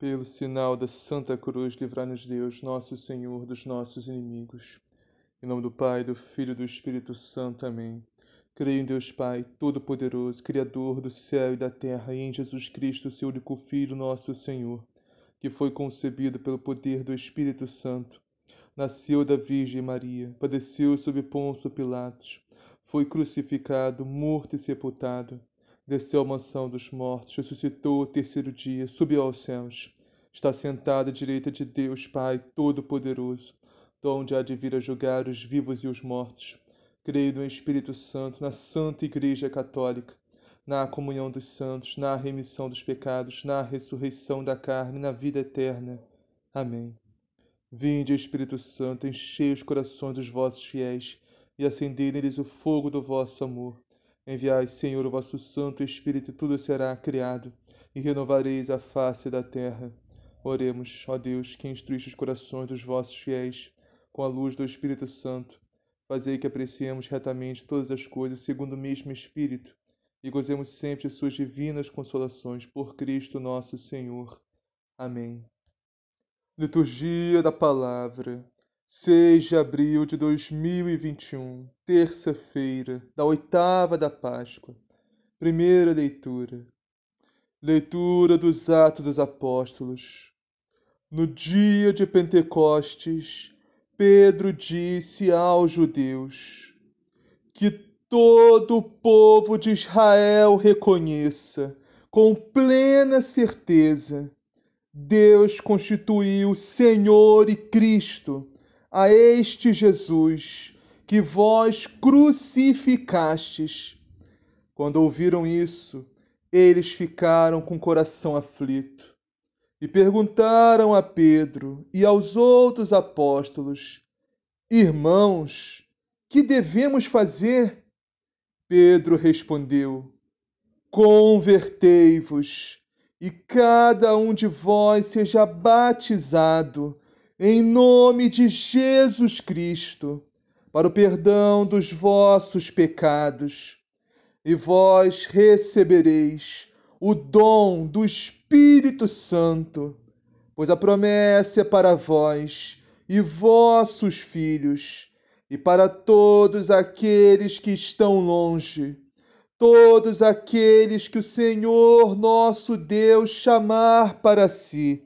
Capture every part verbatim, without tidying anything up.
Pelo sinal da Santa Cruz, livrai-nos Deus, nosso Senhor, dos nossos inimigos. Em nome do Pai, do Filho e do Espírito Santo. Amém. Creio em Deus Pai, Todo-Poderoso, Criador do céu e da terra, e em Jesus Cristo, seu único Filho, nosso Senhor, que foi concebido pelo poder do Espírito Santo, nasceu da Virgem Maria, padeceu sob Pôncio Pilatos, foi crucificado, morto e sepultado, desceu à mansão dos mortos, ressuscitou o terceiro dia, subiu aos céus, está sentado à direita de Deus Pai Todo-Poderoso, de onde há de vir a julgar os vivos e os mortos. Creio no Espírito Santo, na Santa Igreja Católica, na comunhão dos santos, na remissão dos pecados, na ressurreição da carne, na vida eterna. Amém. Vinde, Espírito Santo, enchei os corações dos vossos fiéis e acendei neles o fogo do vosso amor. Enviai, Senhor, o vosso Santo Espírito, e tudo será criado, e renovareis a face da terra. Oremos, ó Deus, que instruíste os corações dos vossos fiéis com a luz do Espírito Santo. Fazei que apreciemos retamente todas as coisas segundo o mesmo Espírito, e gozemos sempre de suas divinas consolações. Por Cristo nosso Senhor. Amém. Liturgia da Palavra, seis de abril de dois mil e vinte e um, terça-feira, da oitava da Páscoa. Primeira leitura. Leitura dos Atos dos Apóstolos. No dia de Pentecostes, Pedro disse aos judeus: que todo o povo de Israel reconheça, com plena certeza, Deus constituiu Senhor e Cristo a este Jesus que vós crucificastes. Quando ouviram isso, eles ficaram com o coração aflito e perguntaram a Pedro e aos outros apóstolos: Irmãos, que devemos fazer? Pedro respondeu: Convertei-vos, e cada um de vós seja batizado em nome de Jesus Cristo, para o perdão dos vossos pecados, e vós recebereis o dom do Espírito Santo, pois a promessa é para vós e vossos filhos, e para todos aqueles que estão longe, todos aqueles que o Senhor nosso Deus chamar para si.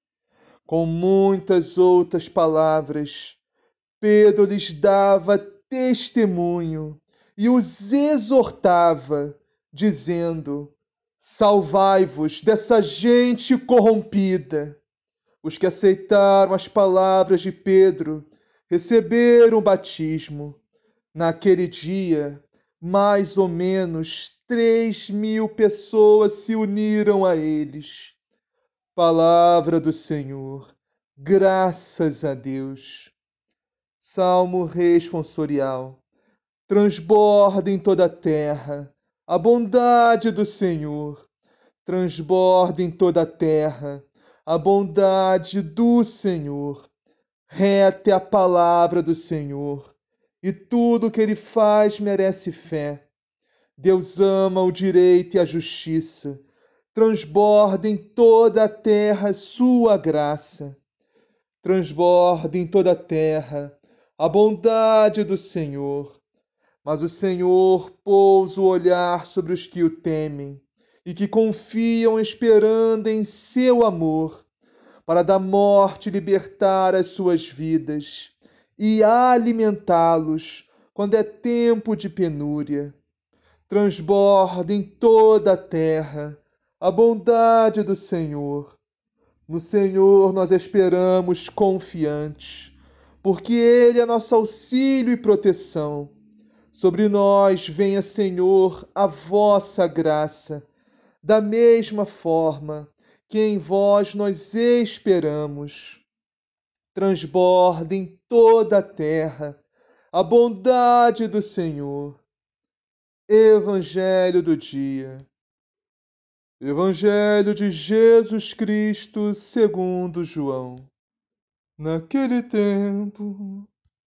Com muitas outras palavras, Pedro lhes dava testemunho e os exortava, dizendo: Salvai-vos dessa gente corrompida. Os que aceitaram as palavras de Pedro receberam o batismo. Naquele dia, mais ou menos três mil pessoas se uniram a eles. Palavra do Senhor. Graças a Deus. Salmo responsorial. Transborda em toda a terra a bondade do Senhor. Transborda em toda a terra a bondade do Senhor. Reta é a palavra do Senhor, e tudo o que ele faz merece fé. Deus ama o direito e a justiça. Transborda em toda a terra sua graça. Transborda em toda a terra a bondade do Senhor. Mas o Senhor pousa o olhar sobre os que o temem e que confiam esperando em seu amor, para da morte libertar as suas vidas e alimentá-los quando é tempo de penúria. Transborda em toda a terra a bondade do Senhor. No Senhor nós esperamos confiantes, porque Ele é nosso auxílio e proteção. Sobre nós venha, Senhor, a vossa graça, da mesma forma que em vós nós esperamos. Transborda em toda a terra a bondade do Senhor. Evangelho do dia. Evangelho de Jesus Cristo segundo João. Naquele tempo,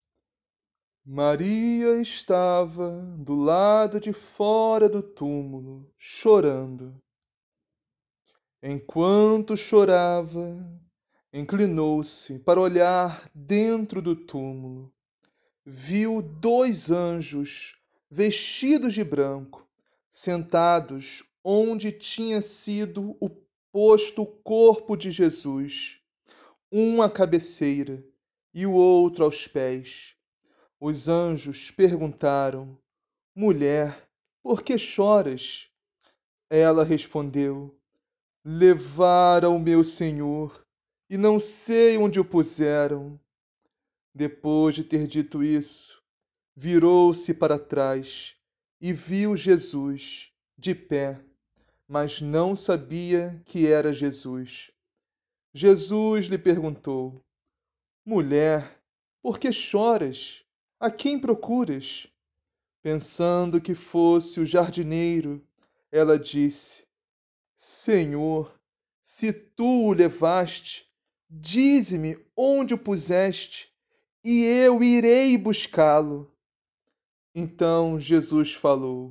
Maria estava do lado de fora do túmulo, chorando. Enquanto chorava, inclinou-se para olhar dentro do túmulo. Viu dois anjos vestidos de branco, sentados onde tinha sido o posto o corpo de Jesus, um à cabeceira e o outro aos pés. Os anjos perguntaram: Mulher, por que choras? Ela respondeu: Levaram o meu Senhor e não sei onde o puseram. Depois de ter dito isso, virou-se para trás e viu Jesus de pé, mas não sabia que era Jesus. Jesus lhe perguntou: Mulher, por que choras? A quem procuras? Pensando que fosse o jardineiro, ela disse: Senhor, se tu o levaste, dize-me onde o puseste, e eu irei buscá-lo. Então Jesus falou: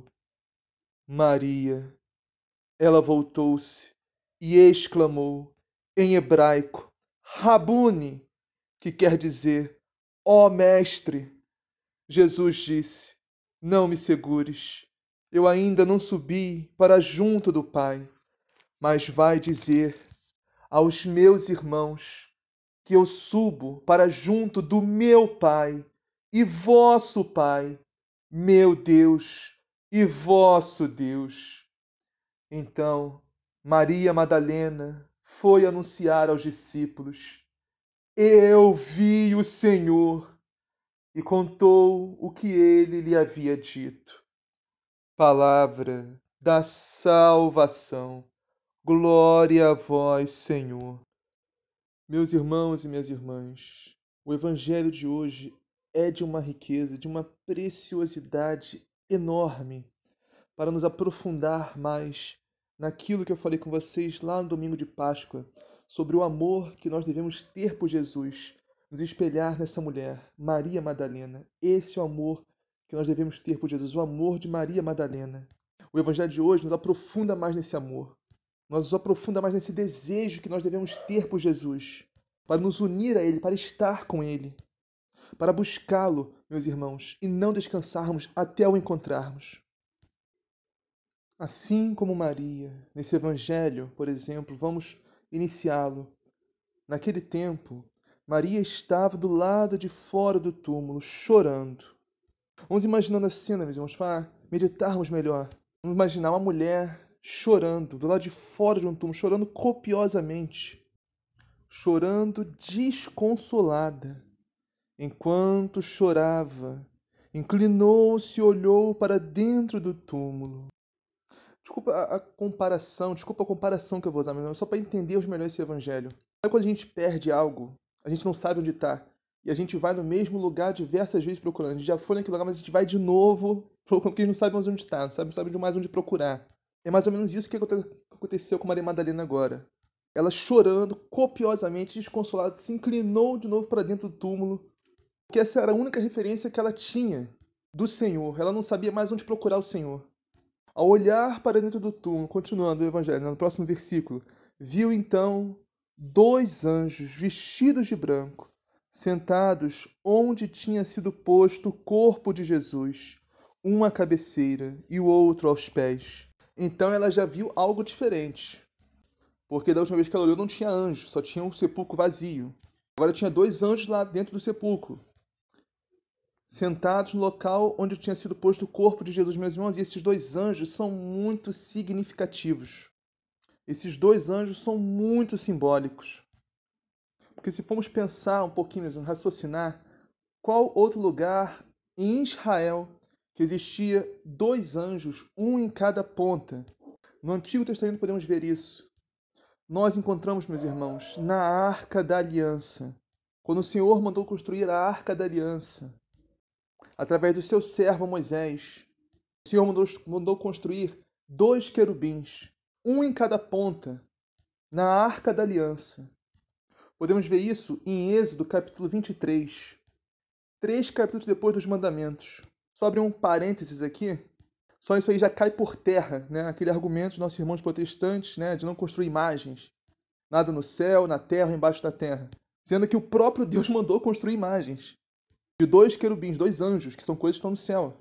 Maria. Ela voltou-se e exclamou em hebraico: Rabune, que quer dizer: Ó Mestre. Jesus disse: Não me segures. Eu ainda não subi para junto do Pai, mas vai dizer aos meus irmãos que eu subo para junto do meu Pai e vosso Pai, meu Deus e vosso Deus. Então, Maria Madalena foi anunciar aos discípulos: Eu vi o Senhor, e contou o que ele lhe havia dito. Palavra da salvação. Glória a vós, Senhor. Meus irmãos e minhas irmãs, o Evangelho de hoje é de uma riqueza, de uma preciosidade enorme para nos aprofundar mais naquilo que eu falei com vocês lá no domingo de Páscoa, sobre o amor que nós devemos ter por Jesus, nos espelhar nessa mulher, Maria Madalena. Esse é o amor que nós devemos ter por Jesus, o amor de Maria Madalena. O Evangelho de hoje nos aprofunda mais nesse amor, nos aprofunda mais nesse desejo que nós devemos ter por Jesus, para nos unir a Ele, para estar com Ele, para buscá-lo, meus irmãos, e não descansarmos até o encontrarmos. Assim como Maria, nesse evangelho, por exemplo, vamos iniciá-lo. Naquele tempo, Maria estava do lado de fora do túmulo, chorando. Vamos imaginando a cena, meus irmãos, para meditarmos melhor. Vamos imaginar uma mulher chorando, do lado de fora de um túmulo, chorando copiosamente, chorando desconsolada. Enquanto chorava, inclinou-se e olhou para dentro do túmulo. Desculpa a, a comparação, desculpa a comparação que eu vou usar, mas só para entendermos melhor esse evangelho. Sabe quando a gente perde algo, a gente não sabe onde está, e a gente vai no mesmo lugar diversas vezes procurando. A gente já foi naquele lugar, mas a gente vai de novo procurando, porque a gente não sabe mais onde está, não sabe, não sabe mais onde procurar. É mais ou menos isso que aconteceu com Maria Madalena agora. Ela chorando copiosamente, desconsolada, se inclinou de novo para dentro do túmulo, porque essa era a única referência que ela tinha do Senhor. Ela não sabia mais onde procurar o Senhor. Ao olhar para dentro do túmulo, continuando o evangelho, no próximo versículo, viu então dois anjos vestidos de branco, sentados onde tinha sido posto o corpo de Jesus, um à cabeceira e o outro aos pés. Então ela já viu algo diferente, porque da última vez que ela olhou não tinha anjo, só tinha um sepulcro vazio. Agora tinha dois anjos lá dentro do sepulcro, sentados no local onde tinha sido posto o corpo de Jesus, meus irmãos, e esses dois anjos são muito significativos. Esses dois anjos são muito simbólicos. Porque se formos pensar um pouquinho, meus irmãos, raciocinar, qual outro lugar em Israel que existia dois anjos, um em cada ponta? No Antigo Testamento podemos ver isso. Nós encontramos, meus irmãos, na Arca da Aliança, quando o Senhor mandou construir a Arca da Aliança, através do seu servo Moisés, o Senhor mandou, mandou construir dois querubins, um em cada ponta, na Arca da Aliança. Podemos ver isso em Êxodo capítulo vinte e três, três capítulos depois dos mandamentos. Só abrir um parênteses aqui. Só isso aí já cai por terra, né? Aquele argumento dos nossos irmãos protestantes, né? De não construir imagens. Nada no céu, na terra, embaixo da terra. Sendo que o próprio Deus mandou construir imagens. De dois querubins, dois anjos, que são coisas que estão no céu.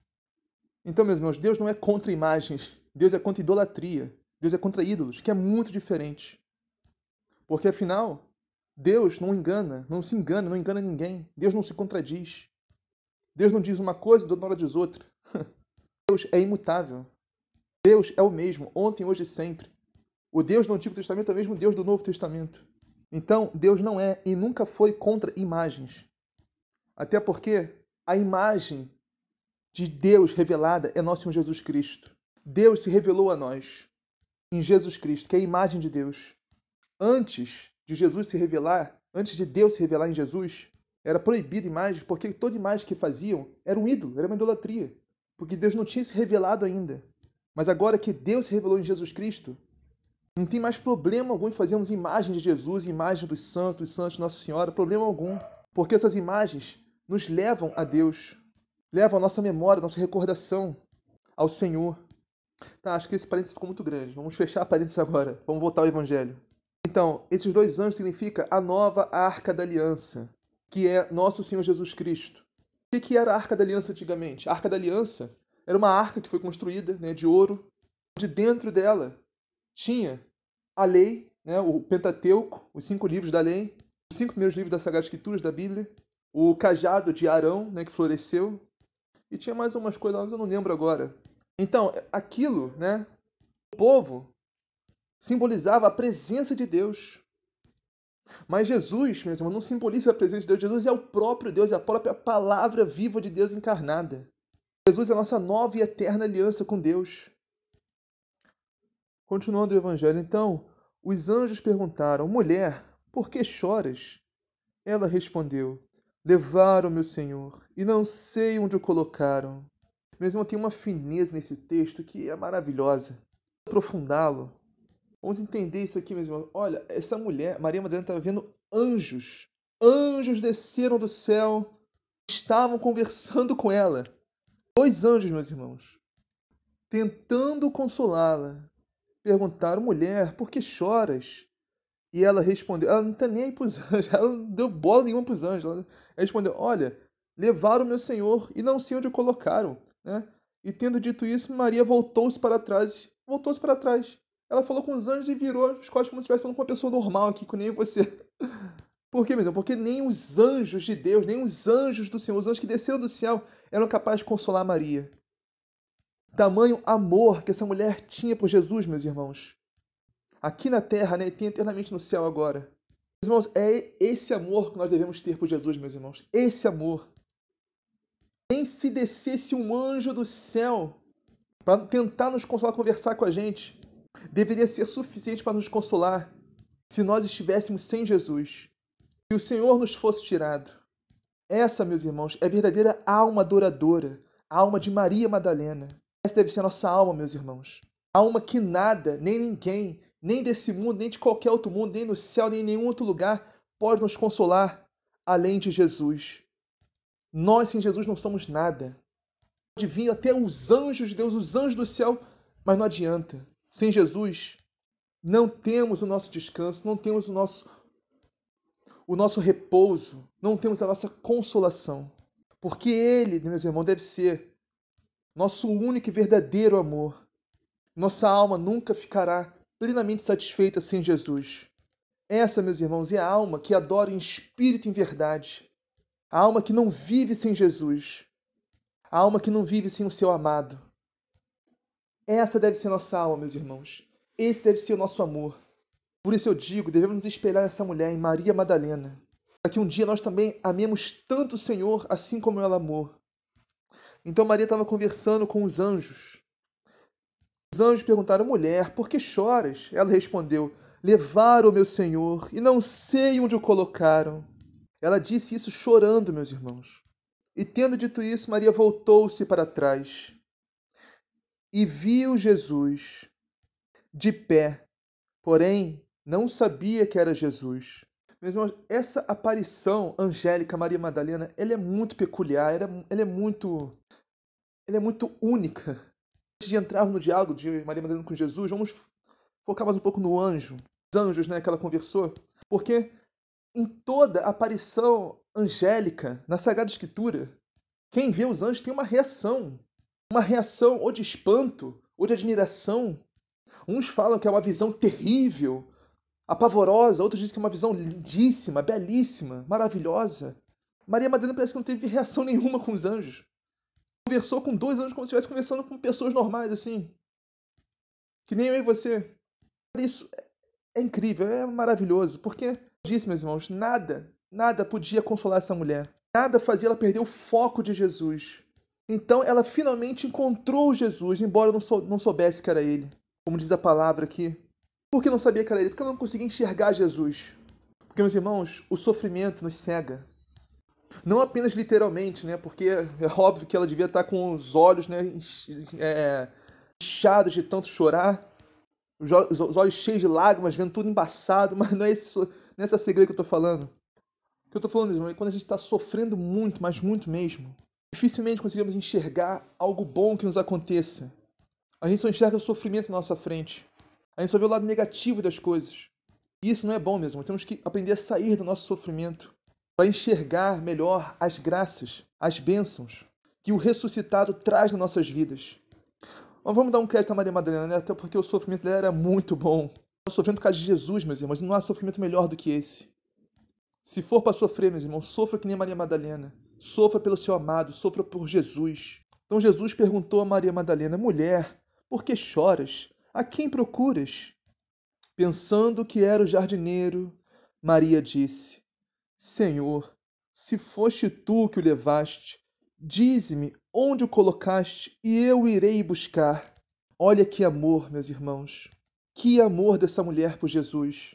Então, meus irmãos, Deus não é contra imagens. Deus é contra idolatria. Deus é contra ídolos, que é muito diferente. Porque, afinal, Deus não engana, não se engana, não engana ninguém. Deus não se contradiz. Deus não diz uma coisa e na hora diz outra. Deus é imutável. Deus é o mesmo, ontem, hoje e sempre. O Deus do Antigo Testamento é o mesmo Deus do Novo Testamento. Então, Deus não é e nunca foi contra imagens. Até porque a imagem de Deus revelada é nosso Senhor Jesus Cristo. Deus se revelou a nós em Jesus Cristo, que é a imagem de Deus. Antes de Jesus se revelar, antes de Deus se revelar em Jesus, era proibido imagens, porque toda imagem que faziam era um ídolo, era uma idolatria. Porque Deus não tinha se revelado ainda. Mas agora que Deus se revelou em Jesus Cristo, não tem mais problema algum em fazermos imagens de Jesus, imagens dos santos, santos de Nossa Senhora, problema algum. Porque essas imagens nos levam a Deus, levam a nossa memória, a nossa recordação ao Senhor. Tá, acho que esse parênteses ficou muito grande. Vamos fechar a parênteses agora. Vamos voltar ao Evangelho. Então, esses dois anjos significam a nova Arca da Aliança, que é nosso Senhor Jesus Cristo. O que era a Arca da Aliança antigamente? A Arca da Aliança era uma arca que foi construída, né, de ouro, onde dentro dela tinha a lei, né, o Pentateuco, os cinco livros da lei, os cinco primeiros livros das Sagradas Escrituras da Bíblia, o cajado de Arão, né, que floresceu, e tinha mais umas coisas, mas eu não lembro agora. Então, aquilo, né, o povo simbolizava a presença de Deus. Mas Jesus, meus irmãos, não simboliza a presença de Deus. Jesus é o próprio Deus, é a própria palavra viva de Deus encarnada. Jesus é a nossa nova e eterna aliança com Deus. Continuando o Evangelho, então, os anjos perguntaram, mulher, por que choras? Ela respondeu, levaram meu Senhor, e não sei onde o colocaram. Meu irmão, tem uma fineza nesse texto que é maravilhosa. Aprofundá-lo. Vamos entender isso aqui, meus irmãos. Olha, essa mulher, Maria Madalena, estava vendo anjos. Anjos desceram do céu, estavam conversando com ela. Dois anjos, meus irmãos, tentando consolá-la. Perguntaram, mulher, por que choras? E ela respondeu, ela não está nem aí para os anjos, ela não deu bola nenhuma para os anjos. Ela respondeu, olha, levaram meu Senhor e não sei onde o colocaram. Né? E tendo dito isso, Maria voltou-se para trás. Voltou-se para trás. Ela falou com os anjos e virou os costas como se estivesse falando com uma pessoa normal aqui, com nem você. Por quê, meu irmão? Porque nem os anjos de Deus, nem os anjos do Senhor, os anjos que desceram do céu, eram capazes de consolar Maria. Tamanho amor que essa mulher tinha por Jesus, meus irmãos. Aqui na terra, né, e tem eternamente no céu agora. Meus irmãos, é esse amor que nós devemos ter por Jesus, meus irmãos. Esse amor. Nem se descesse um anjo do céu para tentar nos consolar, conversar com a gente, deveria ser suficiente para nos consolar se nós estivéssemos sem Jesus. Se o Senhor nos fosse tirado. Essa, meus irmãos, é a verdadeira alma adoradora, a alma de Maria Madalena. Essa deve ser a nossa alma, meus irmãos. A alma que nada, nem ninguém, nem desse mundo, nem de qualquer outro mundo, nem no céu, nem em nenhum outro lugar, pode nos consolar, além de Jesus. Nós, sem Jesus, não somos nada. Pode vir até os anjos de Deus, os anjos do céu, mas não adianta. Sem Jesus, não temos o nosso descanso, não temos o nosso, o nosso repouso, não temos a nossa consolação. Porque Ele, meus irmãos, deve ser nosso único e verdadeiro amor. Nossa alma nunca ficará plenamente satisfeita sem Jesus. Essa, meus irmãos, é a alma que adora em espírito e em verdade. A alma que não vive sem Jesus. A alma que não vive sem o seu amado. Essa deve ser nossa alma, meus irmãos. Esse deve ser o nosso amor. Por isso eu digo, devemos nos espelhar nessa mulher, em Maria Madalena, para que um dia nós também amemos tanto o Senhor, assim como ela amou. Então Maria estava conversando com os anjos. Os anjos perguntaram, mulher, por que choras? Ela respondeu, levaram o meu Senhor e não sei onde o colocaram. Ela disse isso chorando, meus irmãos. E tendo dito isso, Maria voltou-se para trás e viu Jesus de pé, porém não sabia que era Jesus. Meus irmãos, essa aparição angélica Maria Madalena, ela é muito peculiar, ela é, ela é muito, ela é muito única. Antes de entrarmos no diálogo de Maria Madalena com Jesus, vamos focar mais um pouco no anjo, os anjos, né, que ela conversou, porque em toda aparição angélica na Sagrada Escritura, quem vê os anjos tem uma reação, uma reação ou de espanto, ou de admiração. Uns falam que é uma visão terrível, apavorosa, outros dizem que é uma visão lindíssima, belíssima, maravilhosa. Maria Madalena parece que não teve reação nenhuma com os anjos. Conversou com dois anjos como se estivesse conversando com pessoas normais, assim. Que nem eu e você. Isso é incrível, é maravilhoso, porque, como eu disse, meus irmãos, nada, nada podia consolar essa mulher. Nada fazia ela perder o foco de Jesus. Então ela finalmente encontrou Jesus, embora não, sou, não soubesse que era ele. Como diz a palavra aqui. Por que não sabia que era ele? Porque ela não conseguia enxergar Jesus. Porque, meus irmãos, o sofrimento nos cega. Não apenas literalmente, né? Porque é óbvio que ela devia estar com os olhos, né, é, inchados de tanto chorar, os olhos cheios de lágrimas, vendo tudo embaçado, mas não é esse, não é esse segredo que eu estou falando. O que eu estou falando, irmão, é quando a gente está sofrendo muito, mas muito mesmo, dificilmente conseguimos enxergar algo bom que nos aconteça. A gente só enxerga o sofrimento na nossa frente. A gente só vê o lado negativo das coisas. E isso não é bom mesmo. Temos que aprender a sair do nosso sofrimento para enxergar melhor as graças, as bênçãos que o ressuscitado traz nas nossas vidas. Mas vamos dar um crédito a Maria Madalena, né? Até porque o sofrimento dela era muito bom. Ela sofrendo por causa de Jesus, meus irmãos. Não há sofrimento melhor do que esse. Se for para sofrer, meus irmãos, sofra que nem Maria Madalena. Sofra pelo seu amado, sofra por Jesus. Então Jesus perguntou a Maria Madalena: mulher, por que choras? A quem procuras? Pensando que era o jardineiro, Maria disse: Senhor, se foste tu que o levaste, dize-me onde o colocaste e eu irei buscar. Olha que amor, meus irmãos. Que amor dessa mulher por Jesus.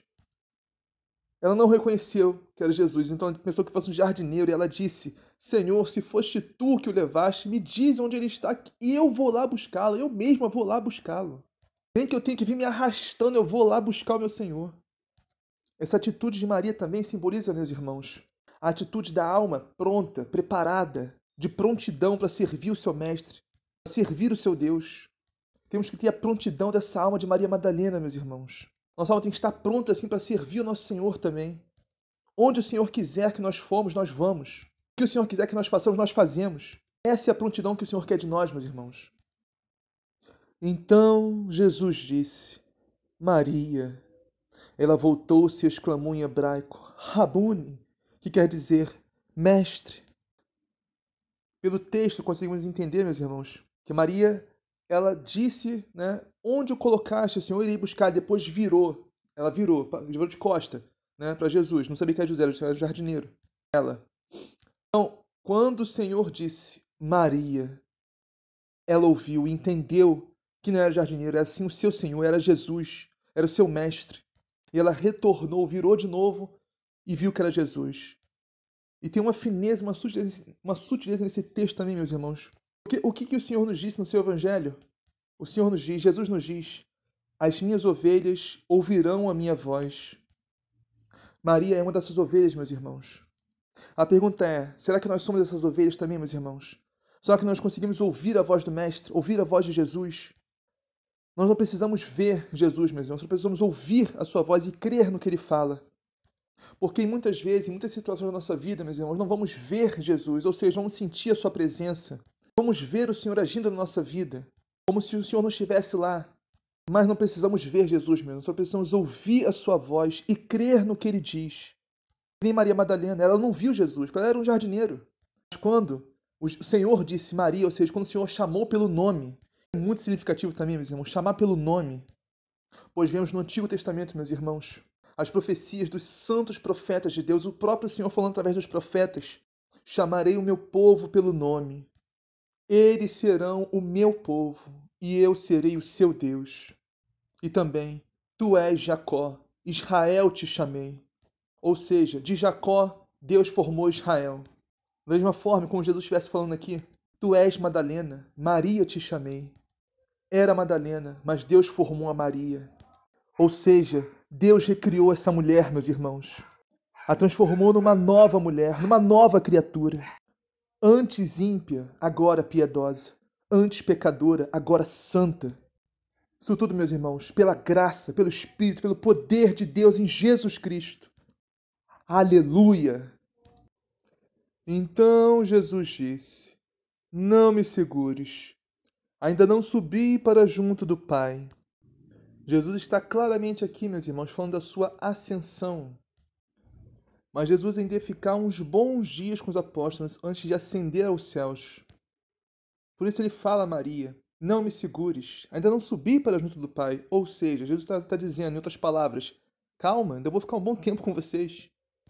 Ela não reconheceu que era Jesus, então ela pensou que fosse um jardineiro e ela disse: Senhor, se foste tu que o levaste, me diz onde ele está e eu vou lá buscá-lo, eu mesma vou lá buscá-lo. Nem que eu tenha que vir me arrastando, eu vou lá buscar o meu Senhor. Essa atitude de Maria também simboliza, meus irmãos, a atitude da alma pronta, preparada, de prontidão para servir o seu Mestre, para servir o seu Deus. Temos que ter a prontidão dessa alma de Maria Madalena, meus irmãos. Nossa alma tem que estar pronta assim para servir o nosso Senhor também. Onde o Senhor quiser que nós formos, nós vamos. O que o Senhor quiser que nós façamos, nós fazemos. Essa é a prontidão que o Senhor quer de nós, meus irmãos. Então Jesus disse: Maria. Ela voltou-se e exclamou em hebraico: Rabuni, que quer dizer mestre. Pelo texto conseguimos entender, meus irmãos, que Maria, ela disse, né, onde o colocaste, o Senhor irei buscar. Depois virou, ela virou, virou de costa, né, para Jesus. Não sabia que era José, era o jardineiro. Ela. Então, quando o Senhor disse Maria, ela ouviu e entendeu que não era jardineiro, era sim o seu Senhor, era Jesus, era o seu mestre. E ela retornou, virou de novo e viu que era Jesus. E tem uma fineza, uma sutileza, uma sutileza nesse texto também, meus irmãos. Porque, o que, que o Senhor nos disse no seu Evangelho? O Senhor nos diz, Jesus nos diz: as minhas ovelhas ouvirão a minha voz. Maria é uma dessas ovelhas, meus irmãos. A pergunta é, será que nós somos essas ovelhas também, meus irmãos? Será que nós conseguimos ouvir a voz do Mestre, ouvir a voz de Jesus? Nós não precisamos ver Jesus, meus irmãos, nós precisamos ouvir a sua voz e crer no que ele fala. Porque muitas vezes, em muitas situações da nossa vida, meus irmãos, não vamos ver Jesus, ou seja, vamos sentir a sua presença. Vamos ver o Senhor agindo na nossa vida, como se o Senhor não estivesse lá. Mas não precisamos ver Jesus, meus irmãos, só precisamos ouvir a sua voz e crer no que ele diz. Nem Maria Madalena, ela não viu Jesus, porque ela era um jardineiro. Mas quando o Senhor disse Maria, ou seja, quando o Senhor chamou pelo nome, é muito significativo também, meus irmãos, chamar pelo nome. Pois vemos no Antigo Testamento, meus irmãos, as profecias dos santos profetas de Deus, o próprio Senhor falando através dos profetas: chamarei o meu povo pelo nome. Eles serão o meu povo, e eu serei o seu Deus. E também, tu és Jacó, Israel te chamei. Ou seja, de Jacó, Deus formou Israel. Da mesma forma, como Jesus estivesse falando aqui, tu és Madalena, Maria te chamei. Era Madalena, mas Deus formou a Maria. Ou seja, Deus recriou essa mulher, meus irmãos. A transformou numa nova mulher, numa nova criatura. Antes ímpia, agora piedosa. antes pecadora, agora santa. Isso tudo, meus irmãos, pela graça, pelo Espírito, pelo poder de Deus em Jesus Cristo. Aleluia! Então Jesus disse: Não me segures, ainda não subi para junto do Pai. Jesus está claramente aqui, meus irmãos, falando da sua ascensão. Mas Jesus ainda ia ficar uns bons dias com os apóstolos antes de ascender aos céus. Por isso ele fala a Maria: Não me segures, ainda não subi para junto do Pai. Ou seja, Jesus está tá dizendo, em outras palavras, calma, ainda vou ficar um bom tempo com vocês.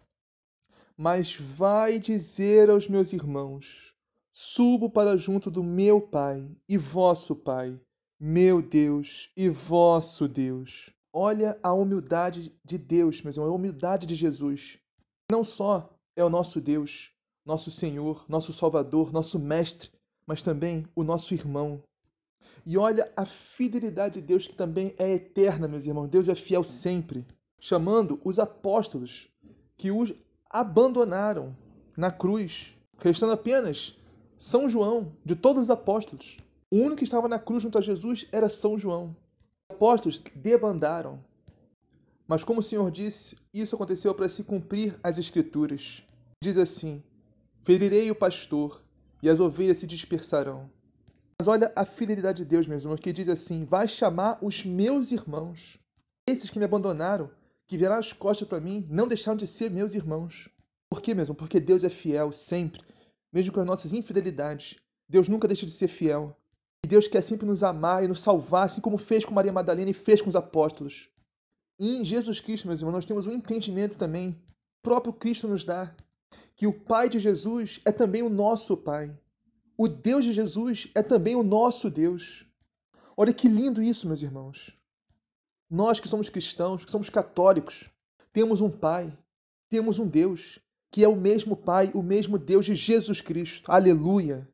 Mas vai dizer aos meus irmãos: Subo para junto do meu Pai e vosso Pai, meu Deus e vosso Deus. Olha a humildade de Deus, meus irmãos, a humildade de Jesus. Não só é o nosso Deus, nosso Senhor, nosso Salvador, nosso Mestre, mas também o nosso irmão. E olha a fidelidade de Deus, que também é eterna, meus irmãos. Deus é fiel sempre, chamando os apóstolos que os abandonaram na cruz, restando apenas São João, de todos os apóstolos. O único que estava na cruz junto a Jesus era São João. Os apóstolos debandaram. Mas como o Senhor disse, isso aconteceu para se cumprir as Escrituras. Diz assim: Ferirei o pastor, e as ovelhas se dispersarão. Mas olha a fidelidade de Deus, meus irmãos, que diz assim: Vai chamar os meus irmãos. Esses que me abandonaram, que viraram as costas para mim, não deixaram de ser meus irmãos. Por quê, mesmo? Porque Deus é fiel sempre, mesmo com as nossas infidelidades. Deus nunca deixa de ser fiel. E Deus quer sempre nos amar e nos salvar, assim como fez com Maria Madalena e fez com os apóstolos. E em Jesus Cristo, meus irmãos, nós temos um entendimento também, o próprio Cristo nos dá, que o Pai de Jesus é também o nosso Pai. O Deus de Jesus é também o nosso Deus. Olha que lindo isso, meus irmãos. Nós que somos cristãos, que somos católicos, temos um Pai, temos um Deus, que é o mesmo Pai, o mesmo Deus de Jesus Cristo. Aleluia!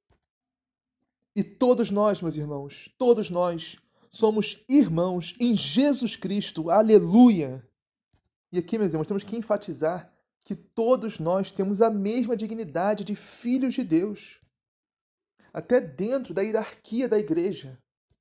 E todos nós, meus irmãos, todos nós somos irmãos em Jesus Cristo. Aleluia! E aqui, meus irmãos, temos que enfatizar que todos nós temos a mesma dignidade de filhos de Deus, até dentro da hierarquia da igreja.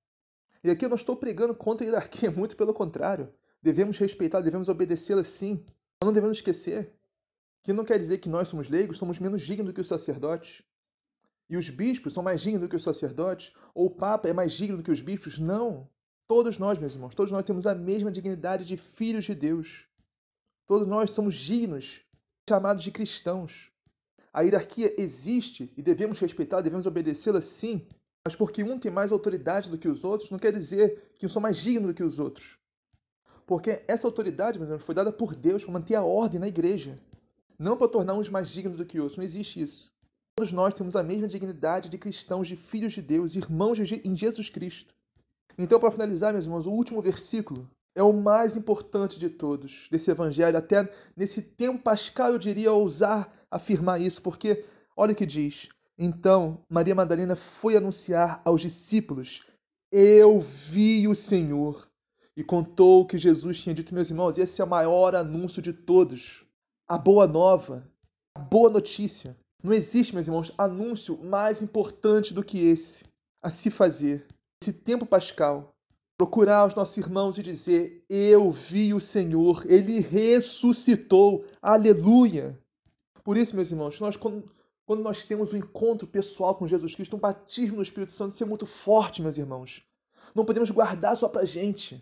E aqui eu não estou pregando contra a hierarquia, muito pelo contrário. Devemos respeitá-la, devemos obedecê-la sim. Mas não devemos esquecer que não quer dizer que nós somos leigos, somos menos dignos do que os sacerdotes. E os bispos são mais dignos do que os sacerdotes, ou o Papa é mais digno do que os bispos. Não. Todos nós, meus irmãos, todos nós temos a mesma dignidade de filhos de Deus. Todos nós somos dignos, chamados de cristãos. A hierarquia existe e devemos respeitá-la, devemos obedecê-la sim, mas porque um tem mais autoridade do que os outros, não quer dizer que eu sou mais digno do que os outros. Porque essa autoridade, meus irmãos, foi dada por Deus para manter a ordem na igreja, não para tornar uns mais dignos do que outros. Não existe isso. Todos nós temos a mesma dignidade de cristãos, de filhos de Deus, irmãos em Jesus Cristo. Então, para finalizar, meus irmãos, o último versículo é o mais importante de todos, desse evangelho. Até nesse tempo pascal, eu diria, ousar afirmar isso, porque olha o que diz. Então, Maria Madalena foi anunciar aos discípulos: Eu vi o Senhor. E contou o que Jesus tinha dito, meus irmãos. Esse é o maior anúncio de todos. A boa nova, a boa notícia. Não existe, meus irmãos, anúncio mais importante do que esse a se fazer. Esse tempo pascal, procurar os nossos irmãos e dizer: Eu vi o Senhor, Ele ressuscitou, aleluia! Por isso, meus irmãos, nós, quando, quando nós temos um encontro pessoal com Jesus Cristo, um batismo no Espírito Santo, isso é muito forte, meus irmãos. Não podemos guardar só pra gente.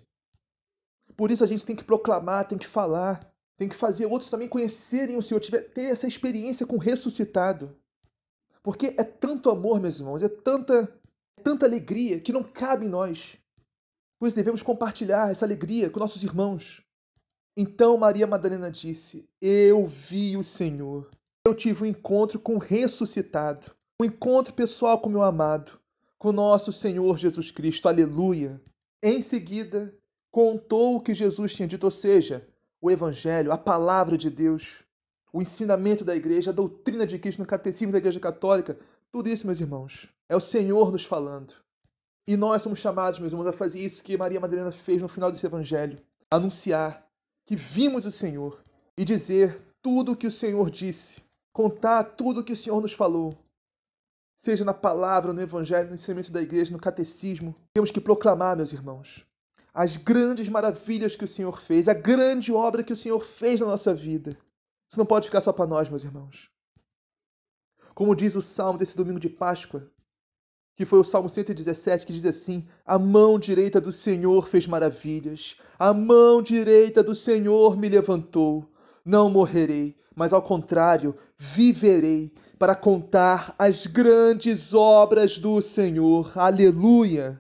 Por isso a gente tem que proclamar, tem que falar, tem que fazer outros também conhecerem o Senhor, ter essa experiência com o ressuscitado. Porque é tanto amor, meus irmãos, é tanta, tanta alegria que não cabe em nós. Pois devemos compartilhar essa alegria com nossos irmãos. Então Maria Madalena disse: Eu vi o Senhor. Eu tive um encontro com o ressuscitado. Um encontro pessoal com o meu amado, com o nosso Senhor Jesus Cristo. Aleluia. Em seguida, contou o que Jesus tinha dito, ou seja, o Evangelho, a palavra de Deus, o ensinamento da igreja, a doutrina de Cristo no catecismo da Igreja Católica. Tudo isso, meus irmãos, é o Senhor nos falando. E nós somos chamados, meus irmãos, a fazer isso que Maria Madalena fez no final desse evangelho. Anunciar que vimos o Senhor e dizer tudo o que o Senhor disse. Contar tudo o que o Senhor nos falou. seja na palavra, no evangelho, no ensinamento da igreja, no catecismo. Temos que proclamar, meus irmãos, as grandes maravilhas que o Senhor fez, a grande obra que o Senhor fez na nossa vida. Isso não pode ficar só para nós, meus irmãos. Como diz o salmo desse domingo de Páscoa, que foi o Salmo cento e dezessete, que diz assim: a mão direita do Senhor fez maravilhas, a mão direita do Senhor me levantou. Não morrerei, mas ao contrário, viverei para contar as grandes obras do Senhor. Aleluia!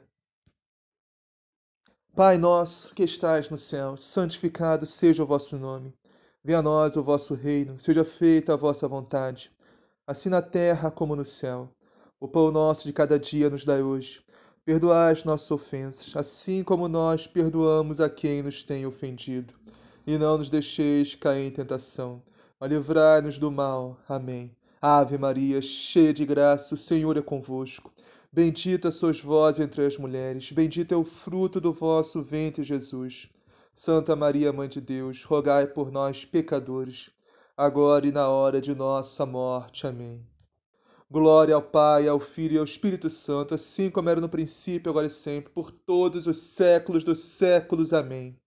Pai nosso que estais no céu, santificado seja o vosso nome. Venha a nós o vosso reino, seja feita a vossa vontade, assim na terra como no céu. O pão nosso de cada dia nos dai hoje. Perdoai as nossas ofensas, assim como nós perdoamos a quem nos tem ofendido. E não nos deixeis cair em tentação, mas livrai-nos do mal. Amém. Ave Maria, cheia de graça, o Senhor é convosco. Bendita sois vós entre as mulheres, bendito é o fruto do vosso ventre, Jesus. Santa Maria, Mãe de Deus, rogai por nós, pecadores, agora e na hora de nossa morte. Amém. Glória ao Pai, ao Filho e ao Espírito Santo, assim como era no princípio, agora e sempre, por todos os séculos dos séculos. Amém.